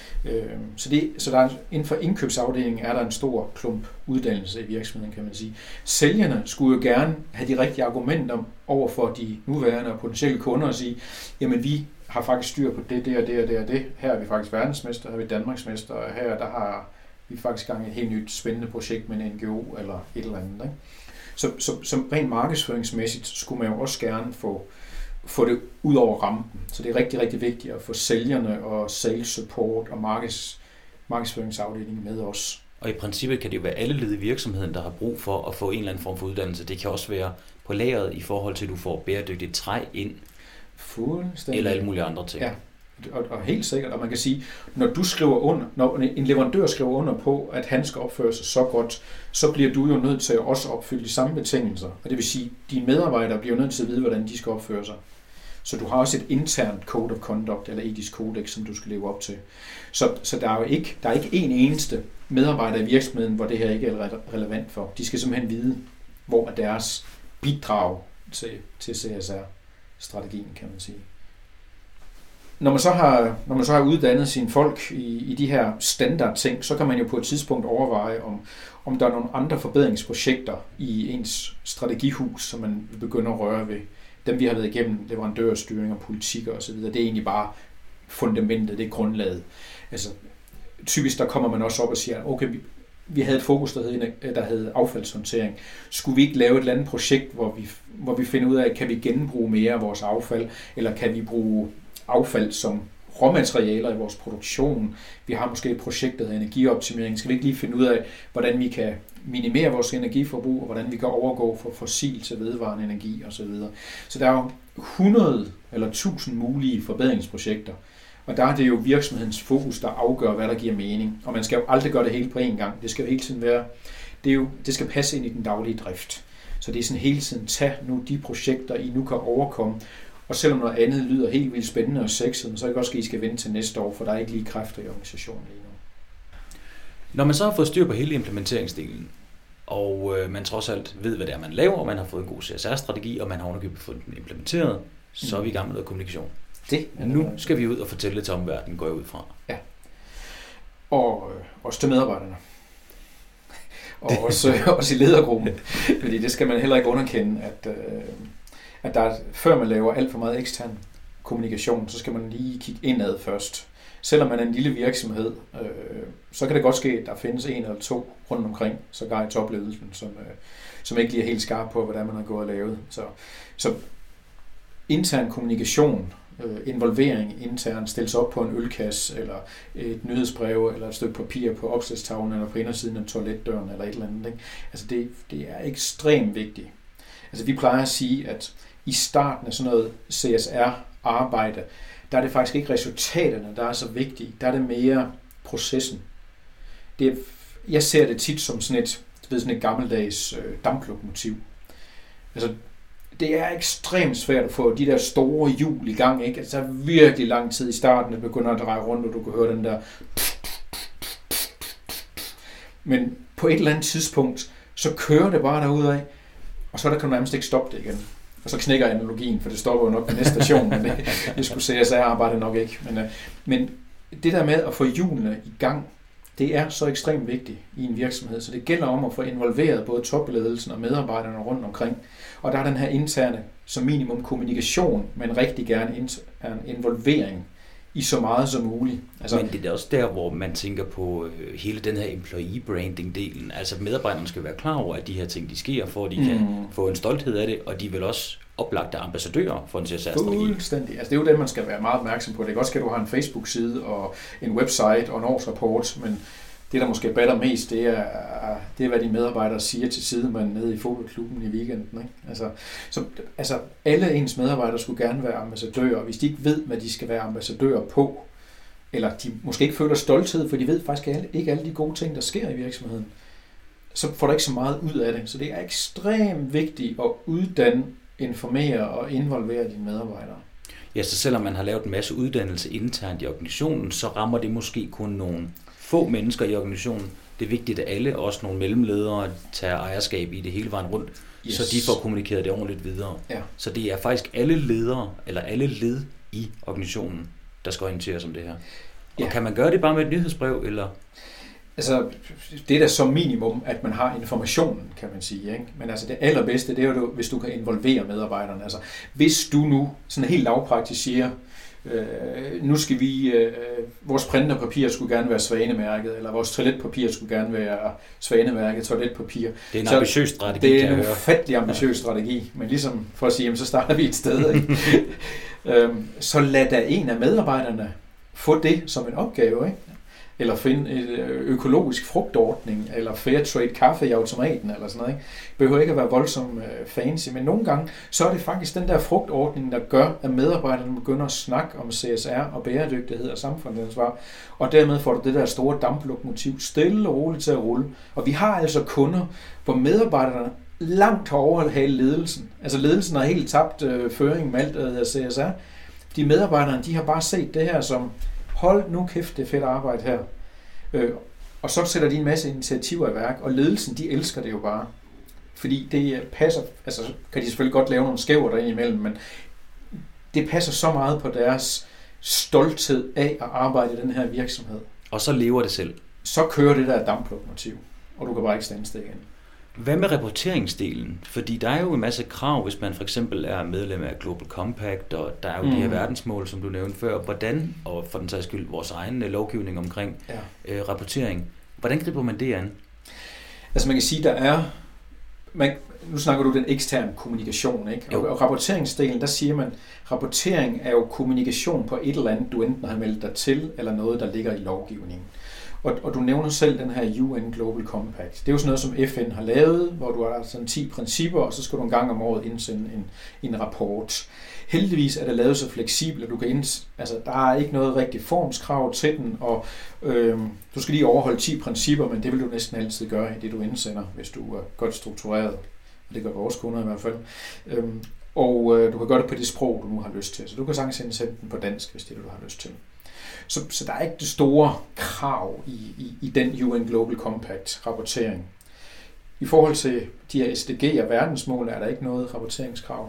Så der er, inden for indkøbsafdelingen er der en stor klump uddannelse i virksomheden, kan man sige. Sælgerne skulle jo gerne have de rigtige argumenter over for de nuværende og potentielle kunder og sige, jamen vi har faktisk styr på det, det og det og det og det. Her er vi faktisk verdensmester, her er vi Danmarksmester, og her der har vi faktisk gang et helt nyt spændende projekt med en NGO eller et eller andet. Ikke? Så rent markedsføringsmæssigt skulle man jo også gerne få det ud over rampen. Så det er rigtig, rigtig vigtigt at få sælgerne og sales support og markedsføringsafdelingen med os. Og i princippet kan det jo være alle led i virksomheden, der har brug for at få en eller anden form for uddannelse. Det kan også være på lageret i forhold til, at du får bæredygtigt træ ind. Fuldstændig. Eller alle mulige andre ting. Ja, og helt sikkert. Og man kan sige, når en leverandør skriver under på, at han skal opføre sig så godt, så bliver du jo nødt til at også opfylde de samme betingelser. Og det vil sige, at dine medarbejdere bliver nødt til at vide, hvordan de skal opføre sig. Så du har også et internt code of conduct, eller etisk kodex, som du skal leve op til. Så der er ikke en eneste medarbejder i virksomheden, hvor det her ikke er relevant for. De skal simpelthen vide, hvor er deres bidrag til CSR-strategien, kan man sige. Når man så har uddannet sine folk i de her standardting, så kan man jo på et tidspunkt overveje, om der er nogle andre forbedringsprojekter i ens strategihus, som man vil begynde at røre ved. Dem vi har været igennem, leverandørstyring og politikker osv., det er egentlig bare fundamentet, det er grundlaget. Altså, typisk der kommer man også op og siger, okay, vi havde et fokus, der hed affaldshåndtering. Skulle vi ikke lave et eller andet projekt, hvor vi finder ud af, kan vi genbruge mere af vores affald, eller kan vi bruge affald som råmaterialer i vores produktion? Vi har måske et projekt, der hedder energioptimering. Skal vi ikke lige finde ud af, hvordan vi kan minimere vores energiforbrug, og hvordan vi kan overgå fra fossil til vedvarende energi osv. Så der er jo 100 eller 1000 mulige forbedringsprojekter, og der er det jo virksomhedens fokus, der afgør, hvad der giver mening. Og man skal jo aldrig gøre det hele på én gang. Det skal jo hele tiden være, det skal passe ind i den daglige drift. Så det er sådan hele tiden, tag nu de projekter, I nu kan overkomme. Og selvom noget andet lyder helt vildt spændende og sexet, så er det også, at I skal vente til næste år, for der er ikke lige kræfter i organisationen lige nu. Når man så har fået styr på hele implementeringsdelen, og man trods alt ved, hvad det er, man laver, og man har fået en god CSR-strategi, og man har underkøbet fået den implementeret, så er vi i gang med noget kommunikation. Nu skal vi ud og fortælle det til omverdenen, går jeg ud fra. Ja. Og også til medarbejderne. Og også i ledergruppen. Fordi det skal man heller ikke underkende, at der, før man laver alt for meget ekstern kommunikation, så skal man lige kigge indad først. Selvom man er en lille virksomhed, så kan det godt ske, at der findes en eller to rundt omkring, sågar i topledelsen, som ikke lige er helt skarp på, hvordan man har gået og lavet. Så intern kommunikation, involvering intern, stilles op på en ølkasse, eller et nyhedsbrev, eller et stykke papir på opslagstavlen, eller på indersiden af toiletdøren, eller et eller andet. Ikke? Altså det er ekstremt vigtigt. Altså vi plejer at sige, at i starten af sådan noget CSR-arbejde, der er det faktisk ikke resultaterne, der er så vigtige. Der er det mere processen. Jeg ser det tit som sådan et gammeldags damplokomotiv. Altså, det er ekstremt svært at få de der store hjul i gang, ikke? Altså, der er virkelig lang tid i starten, det begynder at dreje rundt, og du kan høre den der. Men på et eller andet tidspunkt, så kører det bare derudad, og så kan du nærmest ikke stoppe det igen. Og så knækker analogien, for det stopper jo nok på næste station, men det skulle CSR-arbejde nok ikke. Men det der med at få hjulene i gang, det er så ekstremt vigtigt i en virksomhed, så det gælder om at få involveret både topledelsen og medarbejderne rundt omkring. Og der er den her interne, som minimum kommunikation, men rigtig gerne intern involvering i så meget som muligt. Altså, men det er også der, hvor man tænker på hele den her employee branding-delen. Altså medarbejderne skal være klar over, at de her ting, de sker, for at de kan få en stolthed af det, og de vil også oplagte ambassadører for en CSR-strategi. Fuldstændig. Altså det er jo det, man skal være meget opmærksom på. Det er godt, at du har en Facebook-side og en website og en årsrapport, men det, der måske batter mest, det er, hvad de medarbejdere siger til sidemanden nede i fodboldklubben i weekenden. Ikke? Altså, alle ens medarbejdere skulle gerne være ambassadører, og hvis de ikke ved, hvad de skal være ambassadører på, eller de måske ikke føler stolthed, for de ved faktisk ikke alle de gode ting, der sker i virksomheden, så får du ikke så meget ud af det. Så det er ekstremt vigtigt at uddanne, informere og involvere dine medarbejdere. Ja, så selvom man har lavet en masse uddannelse internt i organisationen, så rammer det måske kun nogle få mennesker i organisationen. Det er vigtigt, at alle, også nogle mellemledere, tager ejerskab i det hele vejen rundt, så de får kommunikeret det ordentligt videre. Ja. Så det er faktisk alle ledere, eller alle led i organisationen, der skal orienteres om det her. Og kan man gøre det bare med et nyhedsbrev, eller? Altså, det er da som minimum, at man har informationen, kan man sige. Ikke? Men altså det allerbedste, det er jo, hvis du kan involvere medarbejderne. Altså, hvis du nu sådan helt lavpraktisk siger, nu skal vi, vores printerpapir skulle gerne være Svanemærket, eller vores toiletpapir skulle gerne være Svanemærket toiletpapir. Det er en ambitiøs strategi, det er en ufattelig ambitiøs strategi, men ligesom for at sige, jamen, så starter vi et sted. Ikke? Så lad da en af medarbejderne få det som en opgave, ikke? Eller finde en økologisk frugtordning, eller fair trade kaffe i automaten, eller sådan noget. Ikke? Det behøver ikke at være voldsomt fancy, men nogle gange, så er det faktisk den der frugtordning, der gør, at medarbejderne begynder at snakke om CSR og bæredygtighed og samfundsansvar, og dermed får du det der store damplokomotiv stille og roligt til at rulle. Og vi har altså kunder, hvor medarbejderne langt har overhalet ledelsen. Altså ledelsen har helt tabt føringen med alt, der hedder CSR. De medarbejderne, de har bare set det her som, hold nu kæft, det er fedt arbejde her. Og så sætter de en masse initiativer i værk, og ledelsen, de elsker det jo bare. Fordi det passer, altså kan de selvfølgelig godt lave nogle skæver derinde imellem, men det passer så meget på deres stolthed af at arbejde i den her virksomhed. Og så lever det selv. Så kører det der damplokomotiv, og du kan bare ikke stands det igen. Hvad med rapporteringsdelen? Fordi der er jo en masse krav, hvis man for eksempel er medlem af Global Compact, og der er jo de her verdensmål, som du nævnte før. Hvordan, og for den sags skyld, vores egen lovgivning omkring rapportering, hvordan griber man det an? Altså man kan sige, der er... nu snakker du den eksterne kommunikation, ikke? Og rapporteringsdelen, der siger man, rapportering er jo kommunikation på et eller andet, du enten har meldt dig til, eller noget, der ligger i lovgivningen. Og du nævner selv den her UN Global Compact. Det er jo sådan noget, som FN har lavet, hvor du har sådan 10 principper, og så skal du en gang om året indsende en rapport. Heldigvis er det lavet så fleksibelt, at du kan altså der er ikke noget rigtig formskrav til den, og du skal lige overholde 10 principper, men det vil du næsten altid gøre i det, du indsender, hvis du er godt struktureret. Det gør vores kunder i hvert fald. Og du kan gøre det på det sprog, du nu har lyst til. Så du kan sagtens indsende den på dansk, hvis det er det, du har lyst til. Så der er ikke det store krav i den UN Global Compact rapportering. I forhold til de her SDG og verdensmål er der ikke noget rapporteringskrav.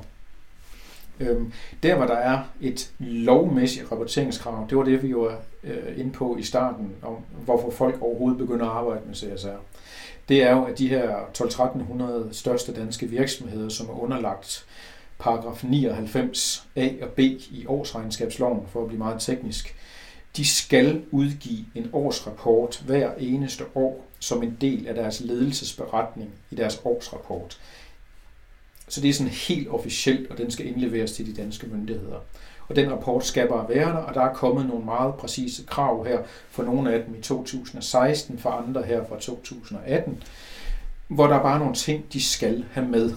Der hvor der er et lovmæssigt rapporteringskrav, det var det vi var inde på i starten, om hvorfor folk overhovedet begynder at arbejde med CSR. Det er jo, at de her 1200-1300 største danske virksomheder, som er underlagt paragraf 99 A og B i årsregnskabsloven, for at blive meget teknisk, de skal udgive en årsrapport hver eneste år som en del af deres ledelsesberetning i deres årsrapport. Så det er sådan helt officielt, og den skal indleveres til de danske myndigheder. Og den rapport skal bare være der, og der er kommet nogle meget præcise krav her, for nogle af dem i 2016, for andre her fra 2018, hvor der er bare nogle ting, de skal have med.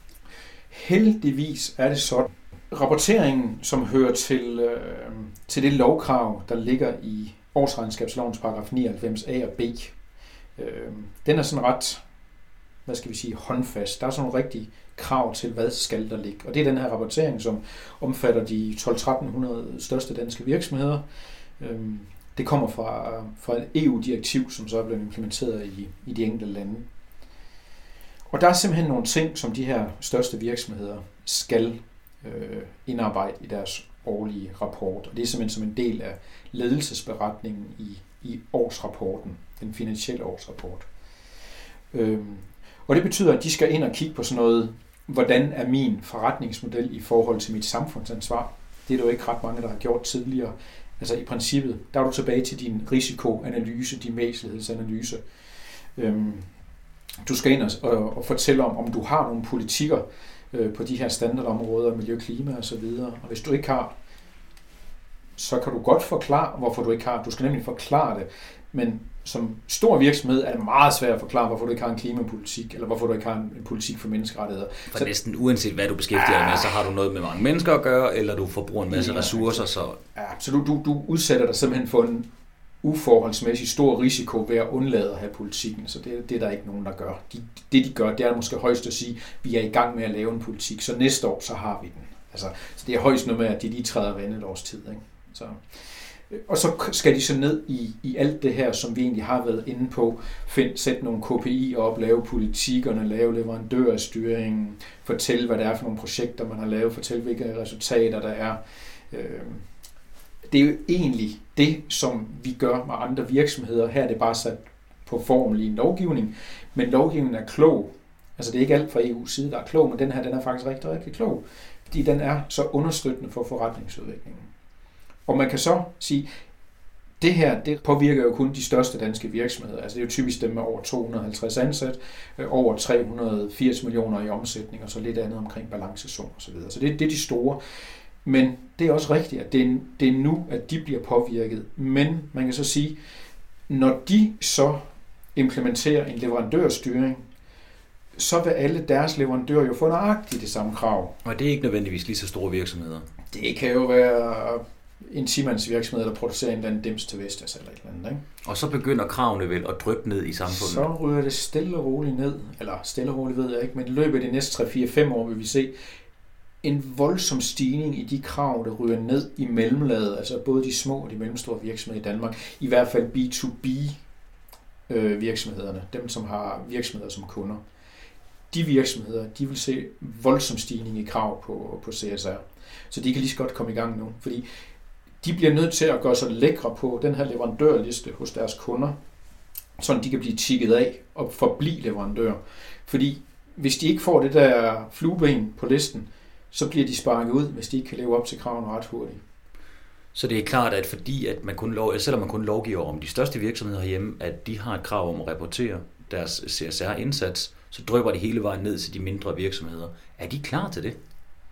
Heldigvis er det sådan, rapporteringen, som hører til det lovkrav, der ligger i årsregnskabslovens paragraf 99 A og B, den er sådan ret, håndfast. Der er sådan nogle rigtige krav til, hvad skal der ligge. Og det er den her rapportering, som omfatter de 1200-1300 største danske virksomheder. Det kommer fra et EU-direktiv, som så er blevet implementeret i de enkelte lande. Og der er simpelthen nogle ting, som de her største virksomheder skal indarbejde i deres årlige rapport. Og det er simpelthen som en del af ledelsesberetningen i årsrapporten, den finansielle årsrapport. Og det betyder, at de skal ind og kigge på sådan noget, hvordan er min forretningsmodel i forhold til mit samfundsansvar. Det er der jo ikke ret mange, der har gjort tidligere. Altså i princippet, der er du tilbage til din risikoanalyse, din væsentlighedsanalyse. Du skal ind og fortælle om du har nogle politikker på de her standardområder, miljø, klima og så videre. Og hvis du ikke har, så kan du godt forklare, hvorfor du ikke har. Du skal nemlig forklare det, men som stor virksomhed er det meget svært at forklare, hvorfor du ikke har en klimapolitik, eller hvorfor du ikke har en politik for menneskerettigheder. For næsten uanset hvad du beskæftiger dig med, så har du noget med mange mennesker at gøre, eller du forbruger en masse ressourcer. Så du udsætter dig simpelthen for en uforholdsmæssigt stor risiko ved at undlade at have politikken. Så det er der ikke nogen, der gør. Det de gør, det er måske højst at sige, vi er i gang med at lave en politik, så næste år, så har vi den. Altså, så det er højst noget med, at de lige træder ved et års tid. Ikke? Så. Og så skal de så ned i alt det her, som vi egentlig har været inde på. Sætte nogle KPI'er op, lave politikkerne, lave leverandørstyringen, fortælle, hvad det er for nogle projekter, man har lavet, fortælle, hvilke resultater der er. Det er jo egentlig det, som vi gør med andre virksomheder. Her er det bare sat på formel i en lovgivning, men lovgivningen er klog. Altså det er ikke alt fra EU's side, der er klog, men den her den er faktisk rigtig, rigtig klog, fordi den er så understøttende for forretningsudviklingen. Og man kan så sige, det her det påvirker jo kun de største danske virksomheder. Altså det er jo typisk dem med over 250 ansat, over 380 millioner i omsætning, og så lidt andet omkring balancesum og så videre. Så det er de store. Men det er også rigtigt, at det er nu, at de bliver påvirket. Men man kan så sige, når de så implementerer en leverandørstyring, så vil alle deres leverandører jo få nøjagtigt det samme krav. Og det er ikke nødvendigvis lige så store virksomheder? Det kan jo være en 10-mandsvirksomhed, der producerer en eller anden dims til Vestas eller et eller andet. Ikke? Og så begynder kravene vel at dryppe ned i samfundet? Så ryger det stille og roligt ned. Eller stille og roligt ved jeg ikke, men i løbet af de næste 3-4-5 år vil vi se en voldsom stigning i de krav, der ryger ned i mellemlaget, altså både de små og de mellemstore virksomheder i Danmark, i hvert fald B2B virksomhederne, dem som har virksomheder som kunder. De virksomheder, de vil se voldsom stigning i krav på CSR. Så de kan lige så godt komme i gang nu, fordi de bliver nødt til at gøre sig lækre på den her leverandørliste hos deres kunder, så de kan blive tikket af og forblive leverandør. Fordi hvis de ikke får det der flueben på listen, så bliver de sparket ud, hvis de ikke kan leve op til kravene ret hurtigt. Så det er klart, at fordi at selvom man kun lovgiver om de største virksomheder herhjemme, at de har et krav om at rapportere deres CSR-indsats, så drypper det hele vejen ned til de mindre virksomheder. Er de klar til det?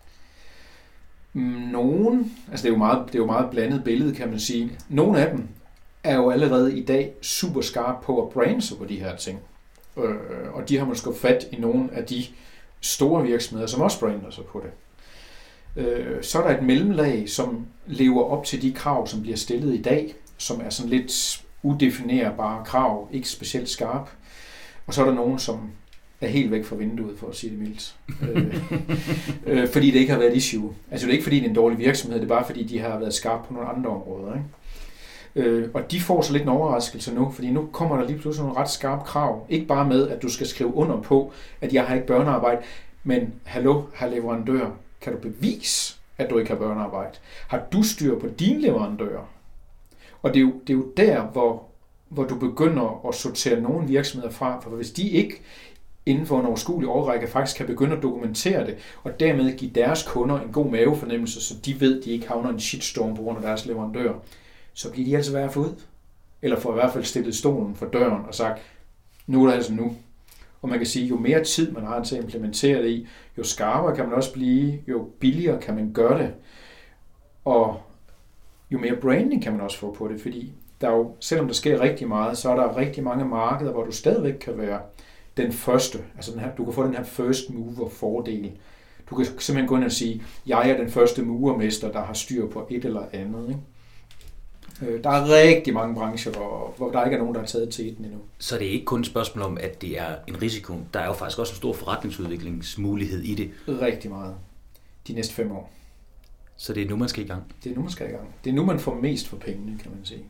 Nogen, altså det er jo meget blandet billede, kan man sige. Nogle af dem er jo allerede i dag super skarpe på at brande sig på de her ting. Og de har måske fat i nogle af de store virksomheder, som også brander sig på det. Så er der et mellemlag, som lever op til de krav, som bliver stillet i dag, som er sådan lidt udefinerbare krav, ikke specielt skarpe. Og så er der nogen, som er helt væk fra vinduet, for at sige det mildt. Fordi det ikke har været et issue. Altså det er ikke fordi, det er en dårlig virksomhed, det er bare fordi, de har været skarpe på nogle andre områder. Ikke? Og de får så lidt en overraskelse nu, fordi nu kommer der lige pludselig nogle ret skarpe krav. Ikke bare med, at du skal skrive under på, at jeg har ikke børnearbejde, men hallo, her leverandør, kan du bevise, at du ikke har børnearbejde? Har du styr på dine leverandører? Og det er jo der, hvor du begynder at sortere nogle virksomheder fra, for hvis de ikke inden for en overskuelig årrække faktisk kan begynde at dokumentere det, og dermed give deres kunder en god mavefornemmelse, så de ved, at de ikke havner en shitstorm på grund af deres leverandør, så bliver de altså værd at få ud. Eller får i hvert fald stillet stolen for døren og sagt, nu er det altså nu. Og man kan sige, jo mere tid man har til at implementere det i, jo skarpere kan man også blive, jo billigere kan man gøre det, og jo mere branding kan man også få på det, fordi der er jo, selvom der sker rigtig meget, så er der rigtig mange markeder, hvor du stadigvæk kan være den første, altså du kan få den her first mover fordel. Du kan simpelthen gå ind og sige, jeg er den første murermester, der har styr på et eller andet. Ikke? Der er rigtig mange brancher, hvor der ikke er nogen, der har taget teten endnu. Så det er ikke kun et spørgsmål om, at det er en risiko. Der er jo faktisk også en stor forretningsudviklingsmulighed i det. Rigtig meget. De næste 5 år. Så det er nu, man skal i gang? Det er nu, man skal i gang. Det er nu, man får mest for pengene, kan man sige.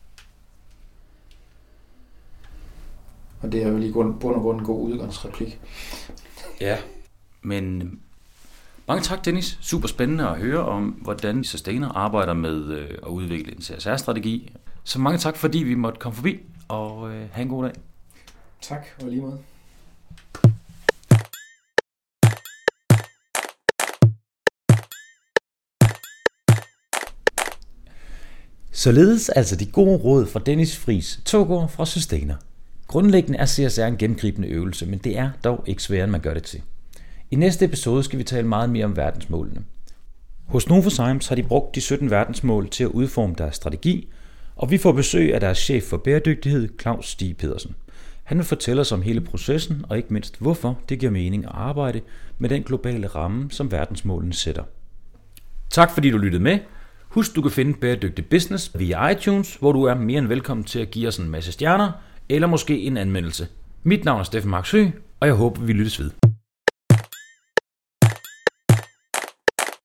Og det er jo lige bund og grund en god udgangsreplik. Ja, men mange tak, Dennis. Super spændende at høre om, hvordan Sustainer arbejder med at udvikle en CSR-strategi. Så mange tak, fordi vi måtte komme forbi, og have en god dag. Tak, og lige måde. Således altså de gode råd fra Dennis Friis Tågaard fra Sustainer. Grundlæggende er CSR en gennemgribende øvelse, men det er dog ikke sværere, end man gør det til. I næste episode skal vi tale meget mere om verdensmålene. Hos Novozymes har de brugt de 17 verdensmål til at udforme deres strategi, og vi får besøg af deres chef for bæredygtighed, Claus Stig Pedersen. Han vil fortælle os om hele processen, og ikke mindst hvorfor det giver mening at arbejde med den globale ramme, som verdensmålene sætter. Tak fordi du lyttede med. Husk, du kan finde Bæredygtig Business via iTunes, hvor du er mere end velkommen til at give os en masse stjerner, eller måske en anmeldelse. Mit navn er Steffen Marksø, og jeg håber, vi lyttes ved.